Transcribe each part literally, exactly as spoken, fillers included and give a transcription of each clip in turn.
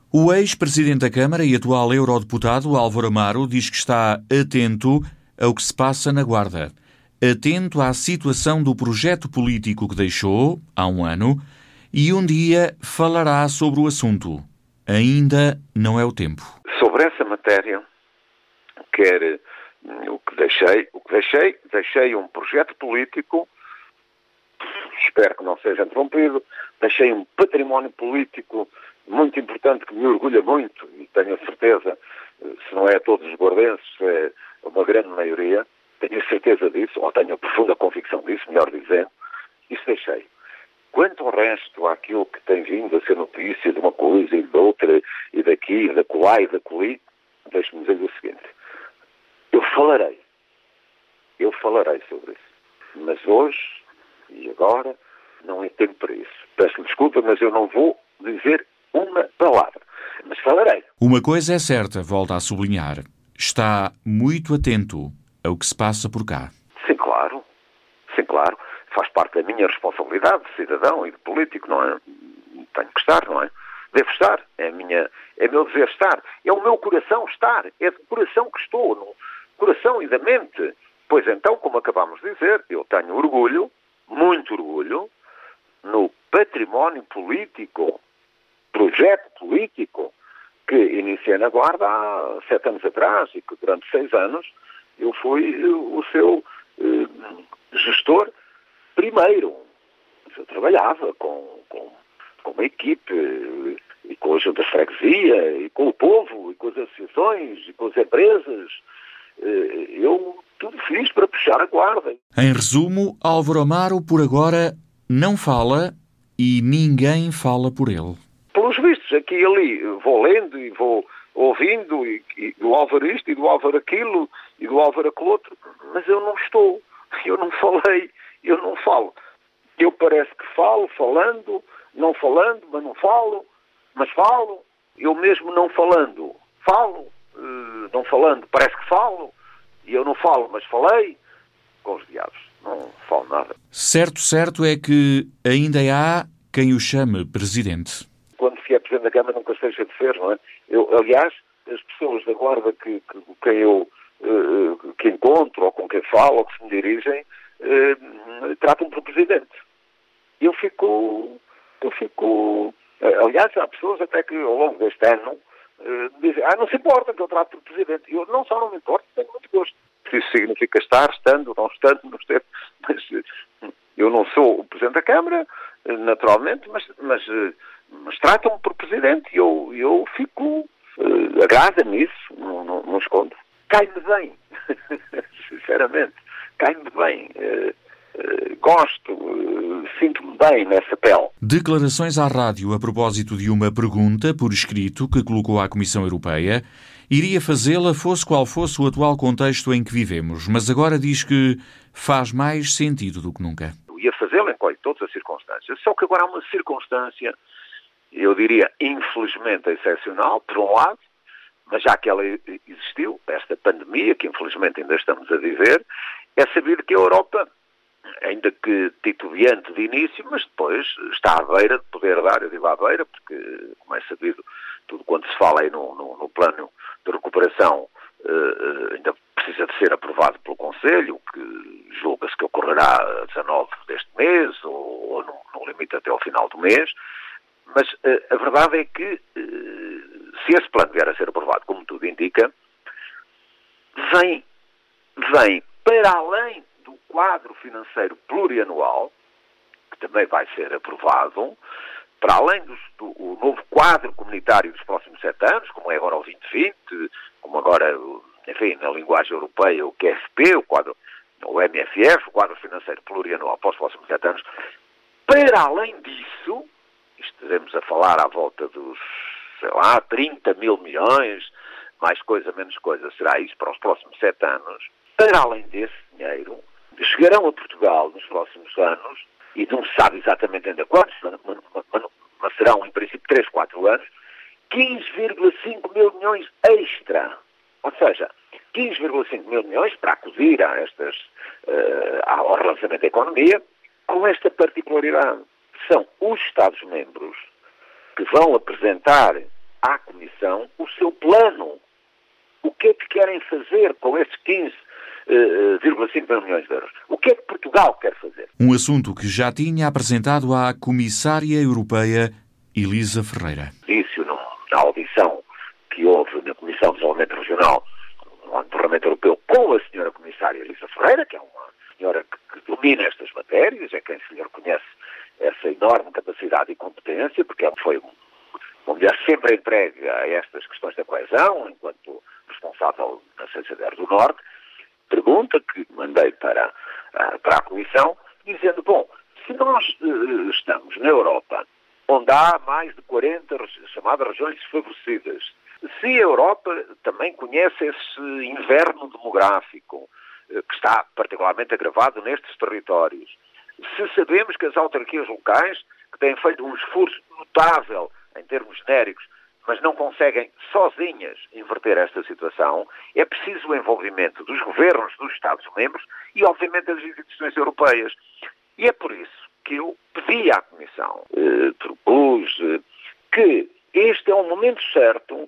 O ex-presidente da Câmara e atual eurodeputado Álvaro Amaro diz que está atento ao que se passa na Guarda. Atento à situação do projeto político que deixou, há um ano, e um dia falará sobre o assunto. Ainda não é o tempo. Sobre essa matéria, quer o que deixei, o que deixei, deixei um projeto político, espero que não seja interrompido, deixei um património político muito importante que me orgulha muito, e tenho a certeza, se não é a todos os guardenses, é uma grande maioria, tenho a certeza disso, ou tenho a profunda convicção disso, melhor dizendo, isso deixei. Quanto ao resto, àquilo que tem vindo a ser notícia de uma coisa e de outra, e daqui, e da colá e da coli, deixe-me dizer o seguinte, eu falarei, eu falarei sobre isso, mas hoje e agora não é tempo para isso. Peço desculpa, mas eu não vou dizer uma palavra, mas falarei. Uma coisa é certa, volta a sublinhar, está muito atento ao que se passa por cá. Sim, claro, sim, claro. Faz parte da minha responsabilidade de cidadão e de político, não é? Tenho que estar, não é? Devo estar, é, a minha, é meu dever estar. É o meu coração estar, é do coração que estou, no coração e da mente. Pois então, como acabámos de dizer, eu tenho orgulho, muito orgulho, no património político, projeto político, que iniciei na Guarda há sete anos atrás e que durante seis anos eu fui o seu eh, gestor primeiro. Eu trabalhava com, com, com uma equipe, e com a junta de freguesia, e com o povo, e com as associações, e com as empresas. Eu tudo fiz para puxar a Guarda. Em resumo, Álvaro Amaro, por agora, não fala e ninguém fala por ele. Pelos vistos, aqui e ali, vou lendo e vou ouvindo, e, e do Álvaro isto, e do Álvaro aquilo, e do Álvaro aquele outro, mas eu não estou, eu não falei, eu não falo. Eu parece que falo, falando, não falando, mas não falo, mas falo. Eu mesmo não falando, falo, não falando, parece que falo, e eu não falo, mas falei, com os diabos, não falo nada. Certo, certo é que ainda há quem o chame presidente. Quando se é presidente da Câmara nunca se deixa de ser, não é? Eu, aliás, as pessoas da Guarda que, que, com quem eu uh, que encontro, ou com quem falo, ou que se me dirigem, uh, tratam-me por presidente. Eu fico, eu fico, uh, aliás, há pessoas até que ao longo deste ano uh, dizem, ah, não se importa que eu trato por presidente. Eu não só não me importo, tenho muito gosto. Isso significa estar, estando, não estando, não estando, mas uh, eu não sou o presidente da Câmara, uh, naturalmente, mas, mas uh, mas tratam-me por presidente e eu, eu fico, uh, agrada-me isso, não, não, não escondo. Cai-me bem, sinceramente, cai-me bem, uh, uh, gosto, uh, sinto-me bem nessa pele. Declarações à rádio a propósito de uma pergunta por escrito que colocou à Comissão Europeia. Iria fazê-la fosse qual fosse o atual contexto em que vivemos, mas agora diz que faz mais sentido do que nunca. Eu ia fazê-la em todas as circunstâncias, só que agora há uma circunstância, eu diria, infelizmente excepcional, por um lado, mas já que ela existiu, esta pandemia, que infelizmente ainda estamos a viver, é sabido que a Europa, ainda que titubeante de início, mas depois está à beira de poder dar, eu digo à beira, porque, como é sabido, tudo quanto se fala aí no, no, no plano de recuperação uh, ainda precisa de ser aprovado pelo Conselho, que julga-se que ocorrerá a dezanove deste mês, ou, ou no, no limite até ao final do mês. Mas uh, a verdade é que, uh, se esse plano vier a ser aprovado, como tudo indica, vem, vem para além do quadro financeiro plurianual, que também vai ser aprovado, para além do, do o novo quadro comunitário dos próximos sete anos, como é agora o vinte vinte, como agora, enfim, na linguagem europeia, o Q F P, o, quadro, o M F F, o quadro financeiro plurianual para os próximos sete anos, para além disso, estaremos a falar à volta dos, sei lá, trinta mil milhões, mais coisa, menos coisa, será isso para os próximos sete anos. Para além desse dinheiro, chegarão a Portugal nos próximos anos, e não se sabe exatamente ainda quantos, mas, mas, mas serão em princípio três, quatro anos, quinze vírgula cinco mil milhões extra. Ou seja, quinze vírgula cinco mil milhões para acudir a estas, uh, ao relançamento da economia, com esta particularidade. São os Estados-membros que vão apresentar à Comissão o seu plano. O que é que querem fazer com esses quinze vírgula cinco mil milhões de euros? O que é que Portugal quer fazer? Um assunto que já tinha apresentado à Comissária Europeia Elisa Ferreira. Disse na audição que houve na Comissão de Desenvolvimento Regional no Parlamento Europeu com a senhora Comissária Elisa Ferreira, que é uma senhora que, que domina estas matérias, é quem se lhe reconhece essa enorme capacidade e competência, porque ela foi uma mulher sempre entregue a estas questões da coesão, enquanto responsável na C C D R do Norte. Pergunta que mandei para a, para a Comissão, dizendo, bom, se nós uh, estamos na Europa, onde há mais de quarenta chamadas regiões desfavorecidas, se a Europa também conhece esse inverno demográfico, uh, que está particularmente agravado nestes territórios, se sabemos que as autarquias locais, que têm feito um esforço notável em termos genéricos, mas não conseguem sozinhas inverter esta situação, é preciso o envolvimento dos governos dos Estados-membros e, obviamente, das instituições europeias. E é por isso que eu pedi à Comissão, eh, propus, eh, que este é o momento certo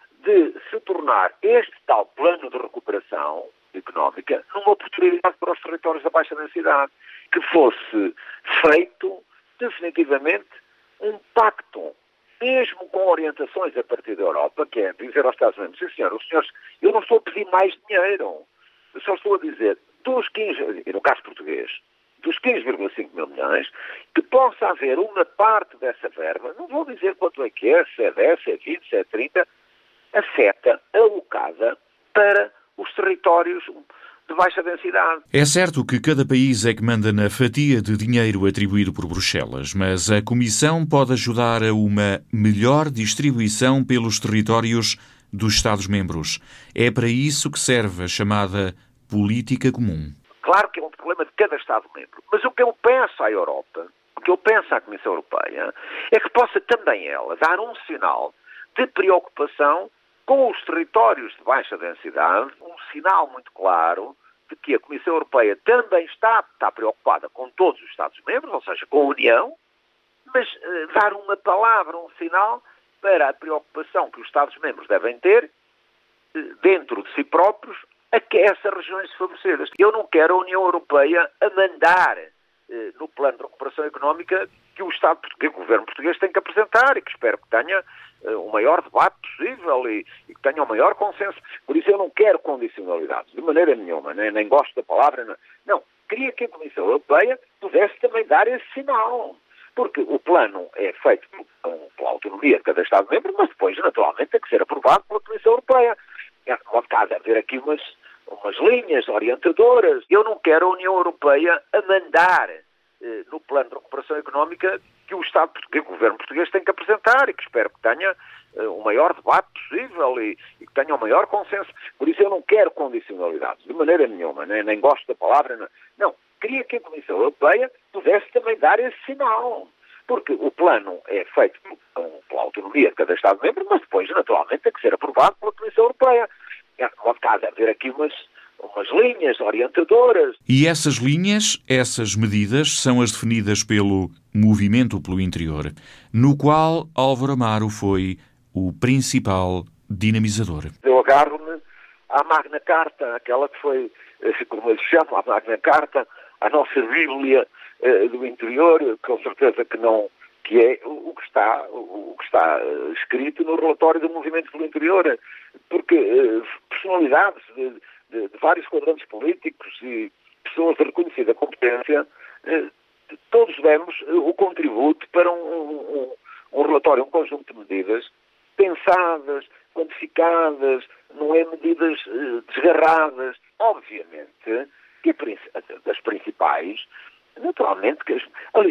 de se tornar este tal plano de recuperação económica numa oportunidade para os territórios da baixa densidade, que fosse feito definitivamente um pacto, mesmo com orientações a partir da Europa, que é dizer aos Estados-membros, sim senhor, os senhores, eu não estou a pedir mais dinheiro, eu só estou a dizer, dos quinze, e no caso português, dos quinze vírgula cinco mil milhões, que possa haver uma parte dessa verba, não vou dizer quanto é que é, se é dez, se é vinte, se é trinta, a seta alocada para os territórios de baixa densidade. É certo que cada país é que manda na fatia de dinheiro atribuído por Bruxelas, mas a Comissão pode ajudar a uma melhor distribuição pelos territórios dos Estados-membros. É para isso que serve a chamada política comum. Claro que é um problema de cada Estado-membro, mas o que eu peço à Europa, o que eu peço à Comissão Europeia, é que possa também ela dar um sinal de preocupação com os territórios de baixa densidade, um sinal muito claro de que a Comissão Europeia também está, está preocupada com todos os Estados-membros, ou seja, com a União, mas eh, dar uma palavra, um sinal para a preocupação que os Estados-membros devem ter eh, dentro de si próprios a que essas regiões desfavorecidas. Eu não quero a União Europeia a mandar eh, no plano de recuperação económica que o Estado português, o governo português tem que apresentar e que espero que tenha uh, o maior debate possível e, e que tenha o maior consenso. Por isso eu não quero condicionalidades, de maneira nenhuma, nem, nem gosto da palavra. Não. não, queria que a Comissão Europeia pudesse também dar esse sinal. Porque o plano é feito pela autonomia de cada Estado-membro, mas depois, naturalmente, tem que ser aprovado pela Comissão Europeia. Pode haver aqui umas, umas linhas orientadoras. Eu não quero a União Europeia a mandar no plano de recuperação económica que o Estado português, o governo português tem que apresentar e que espero que tenha uh, o maior debate possível e, e que tenha o maior consenso. Por isso eu não quero condicionalidades, de maneira nenhuma, nem, nem gosto da palavra. Não. não, queria que a Comissão Europeia pudesse também dar esse sinal. Porque o plano é feito pela autonomia de cada Estado-membro, mas depois, naturalmente, tem que ser aprovado pela Comissão Europeia. Pode haver aqui umas umas linhas orientadoras. E essas linhas, essas medidas, são as definidas pelo Movimento pelo Interior, no qual Álvaro Amaro foi o principal dinamizador. Eu agarro-me à Magna Carta, aquela que foi, como eles chamam, a Magna Carta, a nossa Bíblia eh, do interior, com certeza que não, que é o que está, o que está escrito no relatório do Movimento pelo Interior, porque eh, personalidades de, de, de vários quadrantes políticos e pessoas de reconhecida competência, eh, todos demos o contributo para um, um, um relatório, um conjunto de medidas pensadas, quantificadas, não é medidas eh, desgarradas. Obviamente que das principais, naturalmente, que as,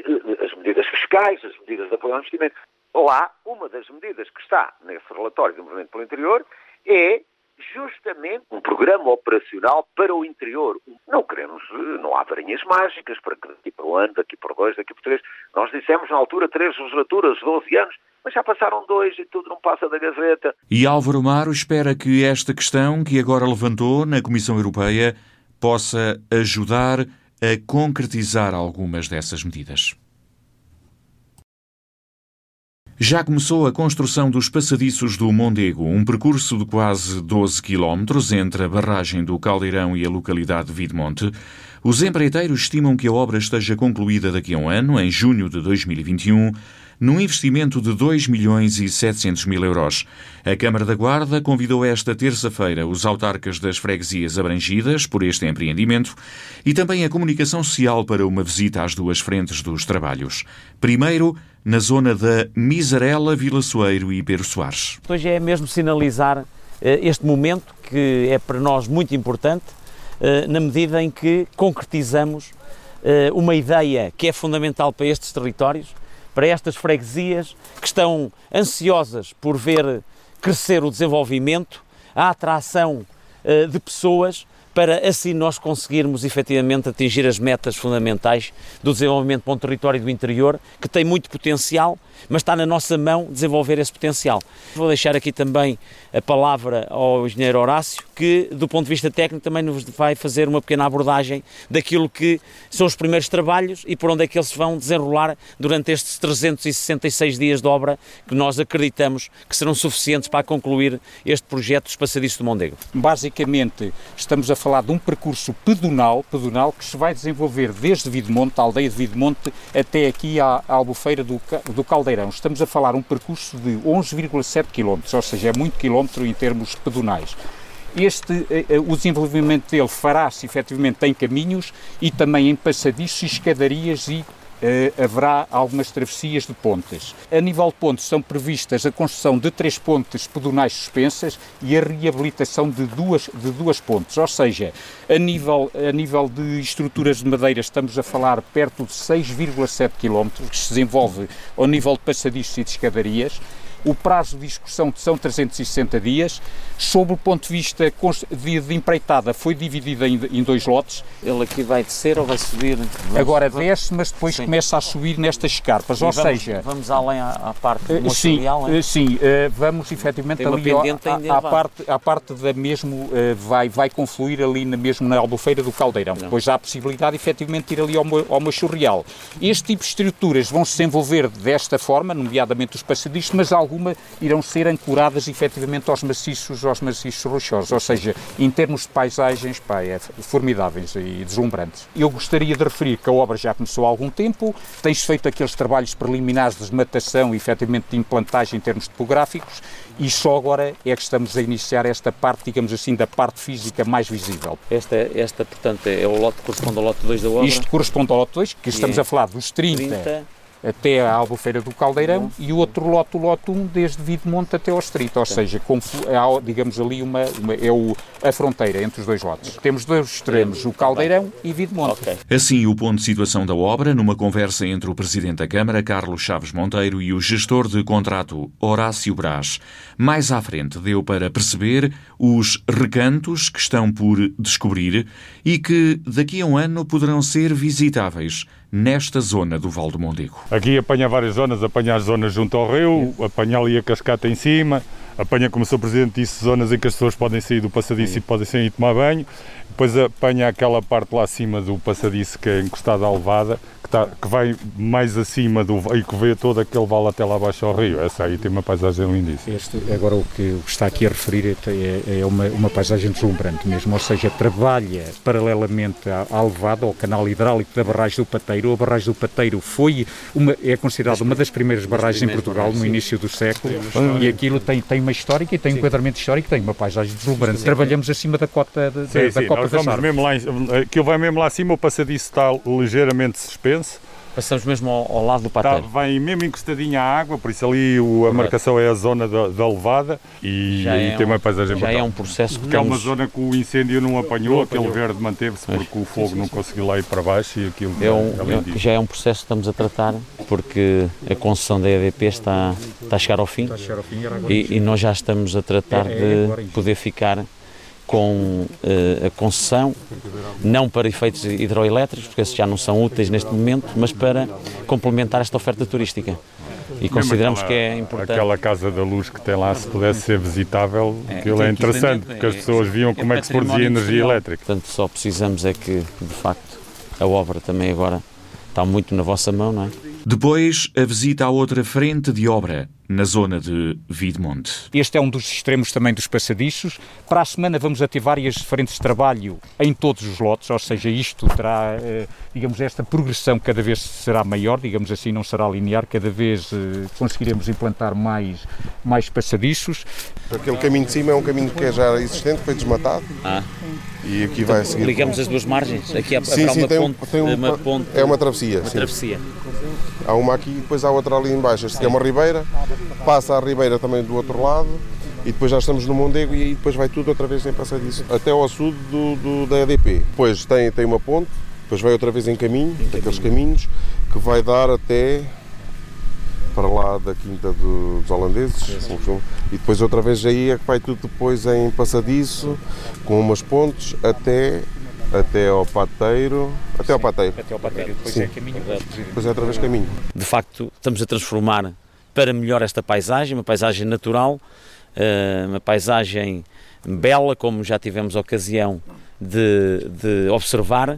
as medidas fiscais, as medidas de apoio ao investimento. Lá, uma das medidas que está nesse relatório do Movimento pelo Interior é justamente um programa operacional para o interior. Não queremos, não há varinhas mágicas para que daqui para um ano, daqui para dois, daqui para três. Nós dissemos na altura três legislaturas, doze anos, mas já passaram dois e tudo não passa da gaveta. E Álvaro Amaro espera que esta questão que agora levantou na Comissão Europeia possa ajudar a concretizar algumas dessas medidas. Já começou a construção dos passadiços do Mondego, um percurso de quase doze quilómetros entre a barragem do Caldeirão e a localidade de Videmonte. Os empreiteiros estimam que a obra esteja concluída daqui a um ano, em junho de dois mil e vinte e um, num investimento de dois milhões e setecentos mil euros. A Câmara da Guarda convidou esta terça-feira os autarcas das freguesias abrangidas por este empreendimento e também a comunicação social para uma visita às duas frentes dos trabalhos. Primeiro, na zona da Miserela, Vila Soeiro e Pero Soares. Hoje é mesmo sinalizar este momento que é para nós muito importante, na medida em que concretizamos uma ideia que é fundamental para estes territórios, para estas freguesias que estão ansiosas por ver crescer o desenvolvimento, a atração de pessoas, para assim nós conseguirmos efetivamente atingir as metas fundamentais do desenvolvimento para um território do interior que tem muito potencial, mas está na nossa mão desenvolver esse potencial. Vou deixar aqui também a palavra ao engenheiro Horácio, que do ponto de vista técnico também nos vai fazer uma pequena abordagem daquilo que são os primeiros trabalhos e por onde é que eles se vão desenrolar durante estes trezentos e sessenta e seis dias de obra que nós acreditamos que serão suficientes para concluir este projeto dos passadiços do Mondego. Basicamente, estamos a falar de um percurso pedonal, pedonal que se vai desenvolver desde Videmonte, a aldeia de Videmonte, até aqui à, à Albufeira do, do Caldeirão. Estamos a falar um percurso de onze vírgula sete quilómetros, ou seja, é muito quilómetro em termos pedonais. Este, o desenvolvimento dele fará-se efetivamente em caminhos e também em passadiços e escadarias e Uh, haverá algumas travessias de pontes. A nível de pontes são previstas a construção de três pontes pedonais suspensas e a reabilitação de duas, de duas pontes, ou seja, a nível, a nível de estruturas de madeira estamos a falar perto de seis vírgula sete quilómetros, que se desenvolve ao nível de passadiços e de escadarias. O prazo de execução são trezentos e sessenta dias. Sob o ponto de vista de, de empreitada, foi dividida em, em dois lotes. Ele aqui vai descer ou vai subir? Vamos, Agora desce, mas depois sim. começa a subir nestas escarpas, e ou vamos, seja... Vamos além à, à parte do motorial, Sim, sim uh, vamos efetivamente ali ao, à, à, parte, à parte da mesmo, uh, vai, vai confluir ali na, mesmo na Albufeira do Caldeirão. Não. Depois há a possibilidade efetivamente de ir ali ao, ao Machorreal. Este tipo de estruturas vão se desenvolver desta forma, nomeadamente os passadiços, mas alguma irão ser ancoradas efetivamente aos maciços, aos maciços rochosos, ou seja, em termos de paisagens, pá, é formidáveis e deslumbrantes. Eu gostaria de referir que a obra já começou há algum tempo, tem-se feito aqueles trabalhos preliminares de desmatação e efetivamente de implantagem em termos topográficos e só agora é que estamos a iniciar esta parte, digamos assim, da parte física mais visível. Esta, esta portanto, é o lote que corresponde ao lote dois da obra? Isto corresponde ao lote dois, que estamos é a falar dos trinta... trinta até à Albufeira do Caldeirão. Bom. E o outro lote, o lote um, desde Videmonte até aos trinta, ou seja, como, há, digamos ali, uma, uma, é o, a fronteira entre os dois lotes. Temos dois extremos, o Caldeirão e Videmonte. Okay. Assim, o ponto de situação da obra, numa conversa entre o Presidente da Câmara, Carlos Chaves Monteiro, e o gestor de contrato, Horácio Brás. Mais à frente, deu para perceber os recantos que estão por descobrir e que, daqui a um ano, poderão ser visitáveis nesta zona do Val do Mondego. Aqui apanha várias zonas, apanha as zonas junto ao rio, apanha ali a cascata em cima, apanha, como o senhor Presidente disse, zonas em que as pessoas podem sair do passadiço e podem sair e tomar banho, depois apanha aquela parte lá acima do passadiço que é encostada à levada, que, está, que vai mais acima do e que vê todo aquele vale até lá abaixo ao rio. Essa aí tem uma paisagem lindíssima. Este, agora o que está aqui a referir é, é uma, uma paisagem deslumbrante mesmo, ou seja, trabalha paralelamente à, à levada, ao canal hidráulico da barragem do Pateiro. A barragem do Pateiro foi uma, é considerada uma das primeiras barragens em Portugal no início do século e aquilo tem, tem uma histórica e tem um enquadramento histórico, tem uma paisagem deslumbrante. Trabalhamos acima da cota de, sim, da, sim, da Copa nós vamos mesmo lá, aquilo vai mesmo lá acima, o passadiço está ligeiramente suspenso. Passamos mesmo ao, ao lado do Pateiro. Está, vai mesmo encostadinha à água, por isso ali o, a marcação é a zona da, da levada e, já e é tem um, uma paisagem já brutal. é um processo que porque estamos... é uma zona que o incêndio não apanhou, não aquele apanhou. Verde manteve-se porque o fogo sim, sim, não conseguiu lá ir para baixo e aquilo é um, é, já é um processo que estamos a tratar porque a concessão da E D P está, está a chegar ao fim, está a chegar ao fim e, e nós já estamos a tratar é, é de poder ficar com uh, a concessão, não para efeitos hidroelétricos, porque esses já não são úteis neste momento, mas para complementar esta oferta turística. E consideramos aquela, que é importante. Aquela Casa da Luz que tem lá, se pudesse ser visitável, é, aquilo é interessante, porque as pessoas viam é, como é, é que se produzia energia elétrica. Portanto, só precisamos é que, de facto, a obra também agora está muito na vossa mão, não é? Depois, a visita a outra frente de obra, na zona de Videmonte. Este é um dos extremos também dos passadiços. Para a semana vamos ter várias frentes de trabalho em todos os lotes, ou seja, isto terá, digamos, esta progressão cada vez será maior, digamos assim, não será linear, cada vez conseguiremos implantar mais, mais passadiços. Aquele caminho de cima é um caminho que é já existente, foi desmatado. Ah. E aqui vai a seguir. Ligamos as duas margens? Aqui há sim, sim, uma, tem ponte, um, tem um, uma ponte. É uma travessia. Uma sim. travessia. Há uma aqui e depois há outra ali em baixo. Esta é uma ribeira, passa a ribeira também do outro lado e depois já estamos no Mondego e aí depois vai tudo outra vez em passadiço, até ao sul do, do, da E D P. Depois tem, tem uma ponte, depois vai outra vez em caminho, em daqueles caminho. caminhos, que vai dar até para lá da Quinta do, dos Holandeses, sim, sim. E depois outra vez aí é que vai tudo depois em passadiço, com umas pontes até... Até ao Pateiro, até Sim, ao Pateiro. Até ao Pateiro, depois Sim. é caminho. Depois é outra vez caminho. De facto, estamos a transformar para melhor esta paisagem, uma paisagem natural, uma paisagem bela, como já tivemos ocasião de, de observar,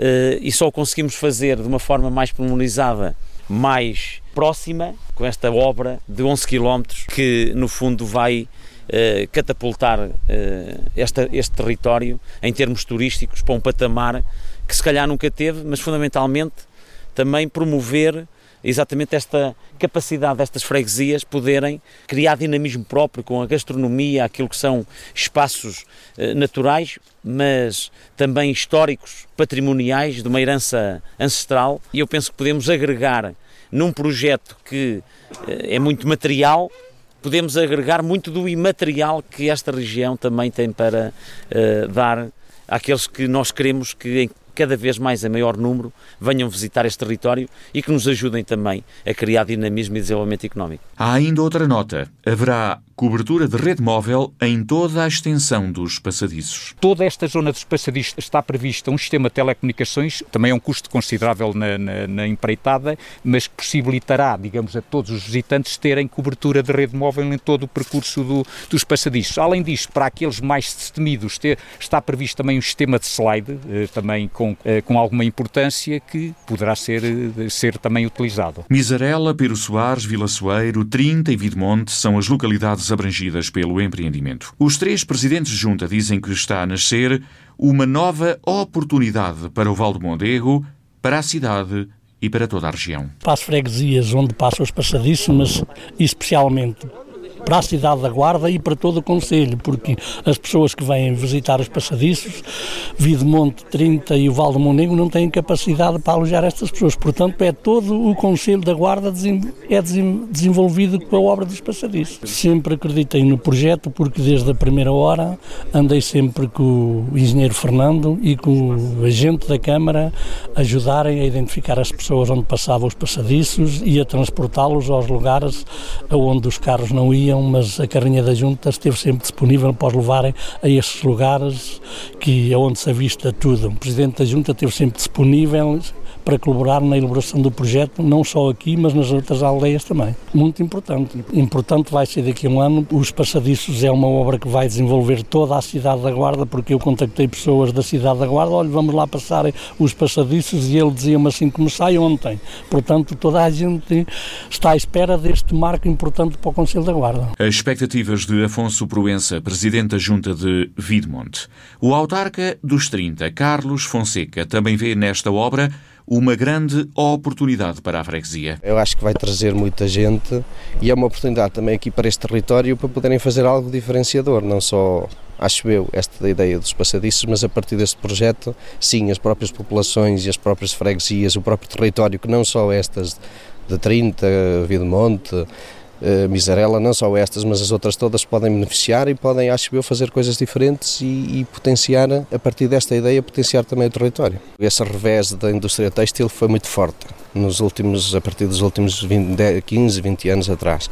e só o conseguimos fazer de uma forma mais pormenorizada, mais próxima, com esta obra de onze quilómetros, que no fundo vai Uh, catapultar uh, esta, este território em termos turísticos para um patamar que se calhar nunca teve, mas fundamentalmente também promover exatamente esta capacidade destas freguesias poderem criar dinamismo próprio com a gastronomia, aquilo que são espaços uh, naturais, mas também históricos, patrimoniais, de uma herança ancestral, e eu penso que podemos agregar num projeto que uh, é muito material, podemos agregar muito do imaterial que esta região também tem para uh, dar àqueles que nós queremos que em cada vez mais em maior número venham visitar este território e que nos ajudem também a criar dinamismo e desenvolvimento económico. Há ainda outra nota. Haverá cobertura de rede móvel em toda a extensão dos passadiços. Toda esta zona dos passadiços está prevista um sistema de telecomunicações, também é um custo considerável na, na, na empreitada, mas que possibilitará, digamos, a todos os visitantes terem cobertura de rede móvel em todo o percurso do, dos passadiços. Além disso, para aqueles mais destemidos, ter, está previsto também um sistema de slide, eh, também com, eh, com alguma importância, que poderá ser, eh, ser também utilizado. Misarela, Pero Soares, Vila Soeiro, Trinta e Videmonte são as localidades abrangidas pelo empreendimento. Os três presidentes de junta dizem que está a nascer uma nova oportunidade para o Val do Mondego, para a cidade e para toda a região. Para as freguesias onde passam os passadiços, mas especialmente para a cidade da Guarda e para todo o concelho, porque as pessoas que vêm visitar os passadiços, Videmonte, Trinta e o Val do Mondego não têm capacidade para alojar estas pessoas, portanto é todo o concelho da Guarda é desenvolvido com a obra dos passadiços. Sempre acreditei no projeto porque desde a primeira hora andei sempre com o engenheiro Fernando e com o agente da Câmara a ajudarem a identificar as pessoas onde passavam os passadiços e a transportá-los aos lugares onde os carros não iam, mas a carrinha da Junta esteve sempre disponível para os levarem a estes lugares que é onde se avista tudo. O Presidente da Junta esteve sempre disponível para colaborar na elaboração do projeto, não só aqui, mas nas outras aldeias também. Muito importante. Importante vai ser daqui a um ano. Os passadiços é uma obra que vai desenvolver toda a cidade da Guarda, porque eu contactei pessoas da cidade da Guarda, olha, vamos lá passar os passadiços, e ele dizia-me assim, comecei ontem. Portanto, toda a gente está à espera deste marco importante para o Concelho da Guarda. As expectativas de Afonso Proença, Presidente da Junta de Videmonte. O autarca dos Trinta, Carlos Fonseca, também vê nesta obra uma grande oportunidade para a freguesia. Eu acho que vai trazer muita gente e é uma oportunidade também aqui para este território para poderem fazer algo diferenciador, não só, acho eu, esta ideia dos passadiços, mas a partir deste projeto, sim, as próprias populações e as próprias freguesias, o próprio território, que não só estas de Trinta, Videmonte, Uh, Misarela, não só estas, mas as outras todas podem beneficiar e podem, acho eu, fazer coisas diferentes e, e potenciar, a partir desta ideia, potenciar também o território. Esse revés da indústria têxtil foi muito forte, nos últimos, a partir dos últimos vinte, quinze, vinte anos atrás.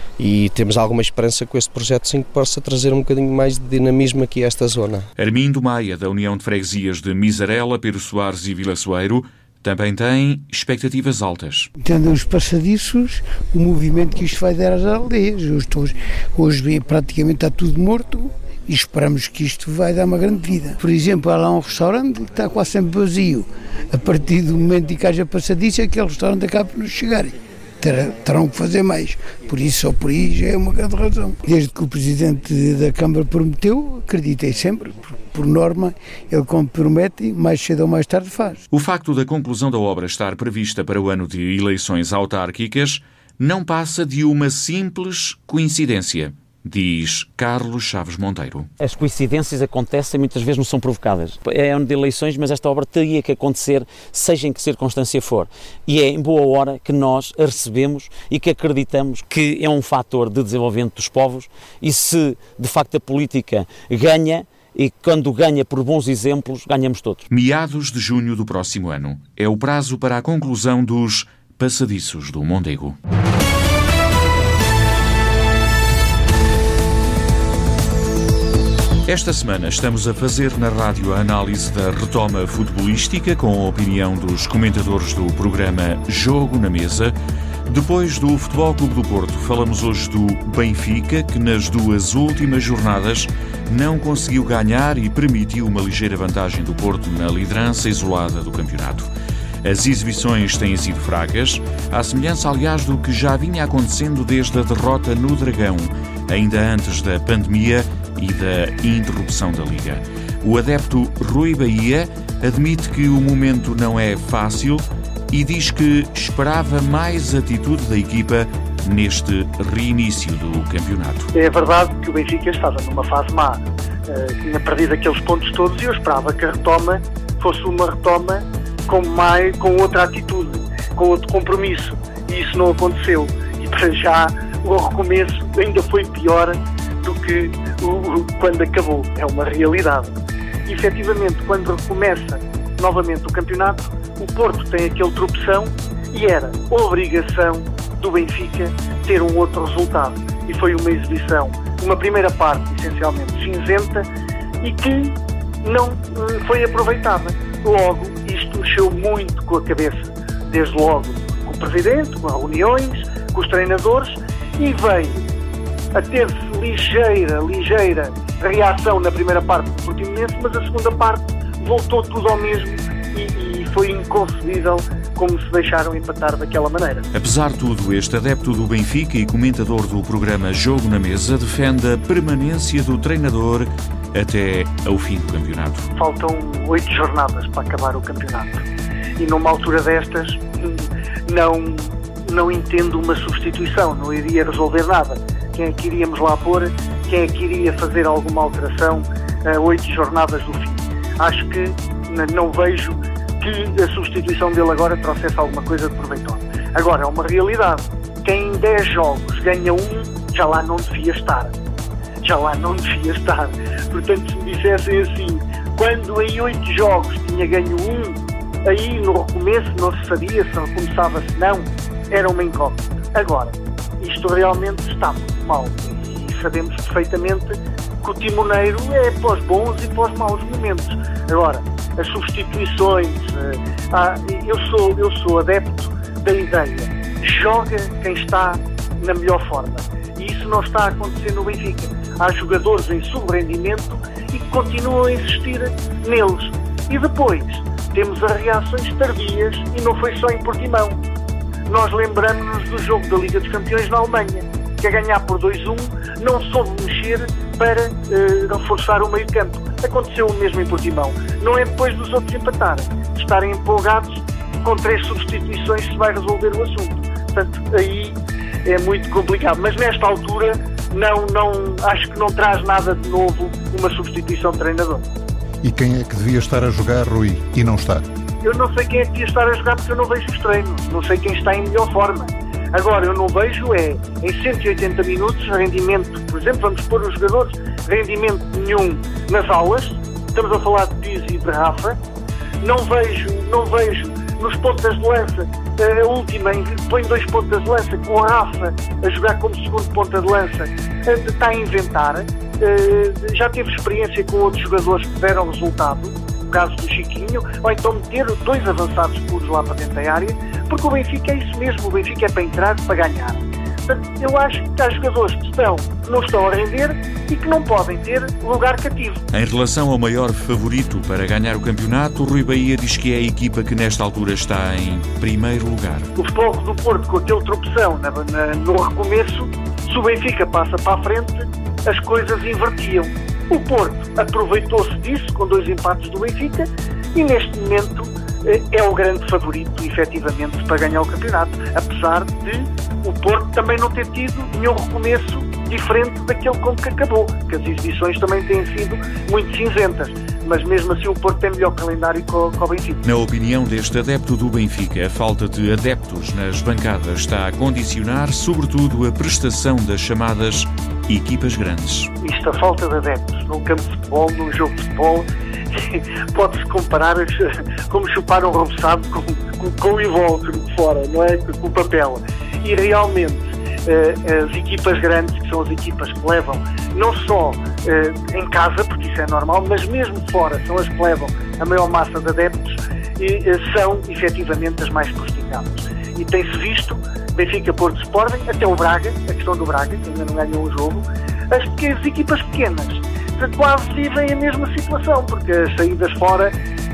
E temos alguma esperança com este projeto, sim, que possa trazer um bocadinho mais de dinamismo aqui a esta zona. Armindo Maia, da União de Freguesias de Misarela, Pero Soares e Vila Soeiro, também tem expectativas altas. Tendo os passadiços, o movimento que isto vai dar às aldeias. Hoje, hoje praticamente está tudo morto e esperamos que isto vai dar uma grande vida. Por exemplo, há lá um restaurante que está quase sempre vazio. A partir do momento em que haja passadiço, aquele restaurante acaba por nos chegar. Terão que fazer mais. Por isso, só por aí já é uma grande razão. Desde que o Presidente da Câmara prometeu, acreditei sempre, por, por norma, ele quando promete, mais cedo ou mais tarde faz. O facto da conclusão da obra estar prevista para o ano de eleições autárquicas não passa de uma simples coincidência, diz Carlos Chaves Monteiro. As coincidências acontecem, muitas vezes não são provocadas. É ano de eleições, mas esta obra teria que acontecer, seja em que circunstância for. E é em boa hora que nós a recebemos e que acreditamos que é um fator de desenvolvimento dos povos, e se de facto a política ganha, e quando ganha por bons exemplos, ganhamos todos. Meados de junho do próximo ano é o prazo para a conclusão dos passadiços do Mondego. Esta semana estamos a fazer na rádio a análise da retoma futebolística com a opinião dos comentadores do programa Jogo na Mesa. Depois do Futebol Clube do Porto, falamos hoje do Benfica, que nas duas últimas jornadas não conseguiu ganhar e permitiu uma ligeira vantagem do Porto na liderança isolada do campeonato. As exibições têm sido fracas, à semelhança, aliás, do que já vinha acontecendo desde a derrota no Dragão, ainda antes da pandemia e da interrupção da Liga. O adepto Rui Bahia admite que o momento não é fácil e diz que esperava mais atitude da equipa neste reinício do campeonato. É verdade que o Benfica estava numa fase má, uh, tinha perdido aqueles pontos todos e eu esperava que a retoma fosse uma retoma com, mais, com outra atitude, com outro compromisso, e isso não aconteceu. E para já o recomeço ainda foi pior do que o, o, quando acabou. É uma realidade. E, efetivamente, quando recomeça novamente o campeonato, o Porto tem aquele tropeção e era obrigação do Benfica ter um outro resultado. E foi uma exibição, uma primeira parte essencialmente cinzenta e que não foi aproveitada. Logo, isto mexeu muito com a cabeça, desde logo com o Presidente, com as reuniões, com os treinadores, e veio a ter-se ligeira, ligeira reação na primeira parte do Portimonense, mas a segunda parte voltou tudo ao mesmo e, e foi inconcebível como se deixaram empatar daquela maneira. Apesar de tudo, este adepto do Benfica e comentador do programa Jogo na Mesa defende a permanência do treinador até ao fim do campeonato. Faltam oito jornadas para acabar o campeonato e numa altura destas não, não entendo uma substituição, não iria resolver nada. Quem é que iríamos lá pôr? Quem é que iria fazer alguma alteração a oito jornadas do fim? Acho que não vejo que a substituição dele agora trouxesse alguma coisa de proveitosa. Agora, é uma realidade. Quem em dez jogos ganha um, já lá não devia estar. Já lá não devia estar. Portanto, se me dissessem assim, quando em oito jogos tinha ganho um, aí no recomeço não se sabia se recomeçava, se não, era uma incógnita. Agora, isto realmente está muito mal e sabemos perfeitamente que o timoneiro é para os bons e para os maus momentos. Agora, as substituições, ah, eu, sou, eu sou adepto da ideia, joga quem está na melhor forma, e isso não está a acontecer no Benfica. Há jogadores em subrendimento e que continuam a insistir neles. E depois temos as reações tardias, e não foi só em Portimão. Nós lembramos-nos do jogo da Liga dos Campeões na Alemanha, que a ganhar por dois a um não soube mexer para uh, reforçar o meio campo. Aconteceu o mesmo em Portimão. Não é depois dos outros empatarem, estarem empolgados com três substituições se vai resolver o assunto. Portanto, aí é muito complicado. Mas nesta altura, não, não, acho que não traz nada de novo uma substituição de treinador. E quem é que devia estar a jogar, Rui, e não está? Eu não sei quem é que devia estar a jogar porque eu não vejo os treinos. Não sei quem está em melhor forma. Agora, eu não vejo é, em cento e oitenta minutos, rendimento, por exemplo, vamos pôr os jogadores, rendimento nenhum nas aulas, estamos a falar de Pizzi e de Rafa, não vejo, não vejo nos pontas de lança, a última, põe dois pontas de lança, com a Rafa a jogar como segundo ponta de lança, está a inventar, já teve experiência com outros jogadores que deram resultado, no caso do Chiquinho, ou então meter dois avançados puros lá para dentro da área, porque o Benfica é isso mesmo, o Benfica é para entrar, para ganhar. Portanto, eu acho que há jogadores que, estão, que não estão a render e que não podem ter lugar cativo. Em relação ao maior favorito para ganhar o campeonato, Rui Bahia diz que é a equipa que nesta altura está em primeiro lugar. O Futebol do Porto, com aquele tropeção na, na, no recomeço, se o Benfica passa para a frente, as coisas invertiam. O Porto aproveitou-se disso com dois empates do Benfica e neste momento é o grande favorito, efetivamente, para ganhar o campeonato, apesar de o Porto também não ter tido nenhum recomeço diferente daquele com que acabou, que as exibições também têm sido muito cinzentas, mas mesmo assim o Porto tem melhor calendário que o, que o Benfica. Na opinião deste adepto do Benfica, a falta de adeptos nas bancadas está a condicionar, sobretudo, a prestação das chamadas equipas grandes. Isto, a falta de adeptos num campo de futebol, num jogo de futebol, pode-se comparar como chupar um roçado com, com, com o invólucro de fora, não é? Com o papel. E realmente as equipas grandes, que são as equipas que levam não só em casa, porque isso é normal, mas mesmo fora, são as que levam a maior massa de adeptos e são efetivamente as mais castigadas. E tem-se visto, Benfica, Porto, Sporting, até o Braga, a questão do Braga, que ainda não ganhou o jogo, as, as equipas pequenas quase vivem a mesma situação, porque as saídas fora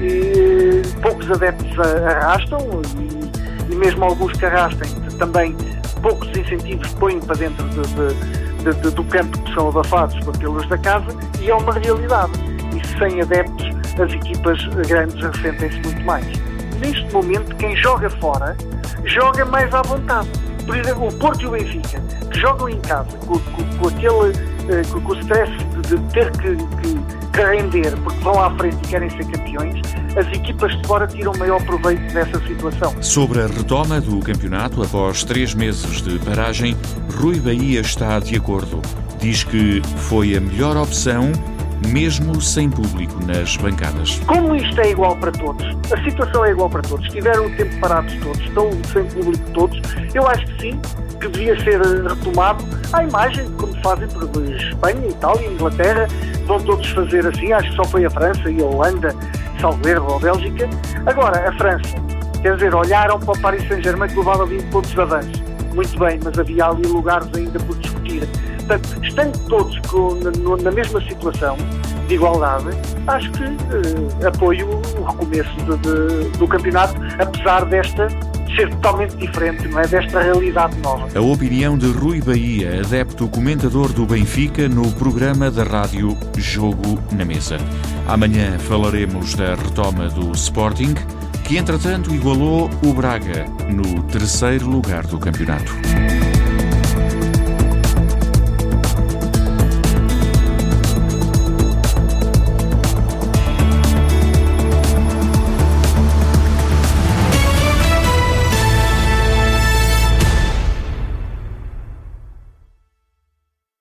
e poucos adeptos arrastam e, e mesmo alguns que arrastem também poucos incentivos põem para dentro de, de, de, do campo que são abafados pelos da casa e é uma realidade. E sem adeptos as equipas grandes ressentem-se muito mais. Neste momento quem joga fora joga mais à vontade. Por exemplo, o Porto e o Benfica, que jogam em casa com, com, com aquele com, com o stress de, de ter que, que, que render porque vão à frente e querem ser campeões, as equipas de fora tiram maior proveito dessa situação. Sobre a retoma do campeonato após três meses de paragem, Rui Bahia está de acordo. Diz que foi a melhor opção, mesmo sem público nas bancadas. Como isto é igual para todos, a situação é igual para todos, tiveram o tempo parados todos, estão sem público todos, eu acho que sim, que devia ser retomado à imagem, como fazem por Espanha, Itália, Inglaterra, vão todos fazer assim, acho que só foi a França e a Holanda, salvo erro, ou a Bélgica. Agora, a França, quer dizer, olharam para o Paris Saint-Germain que levava vinte pontos de avanço. Muito bem, mas havia ali lugares ainda por discutir. Portanto, estando todos com, na, na mesma situação de igualdade, acho que eh, apoio o recomeço de, de, do campeonato, apesar desta ser totalmente diferente, não é? Desta realidade nova. A opinião de Rui Bahia, adepto comentador do Benfica, no programa da rádio Jogo na Mesa. Amanhã falaremos da retoma do Sporting, que entretanto igualou o Braga no terceiro lugar do campeonato.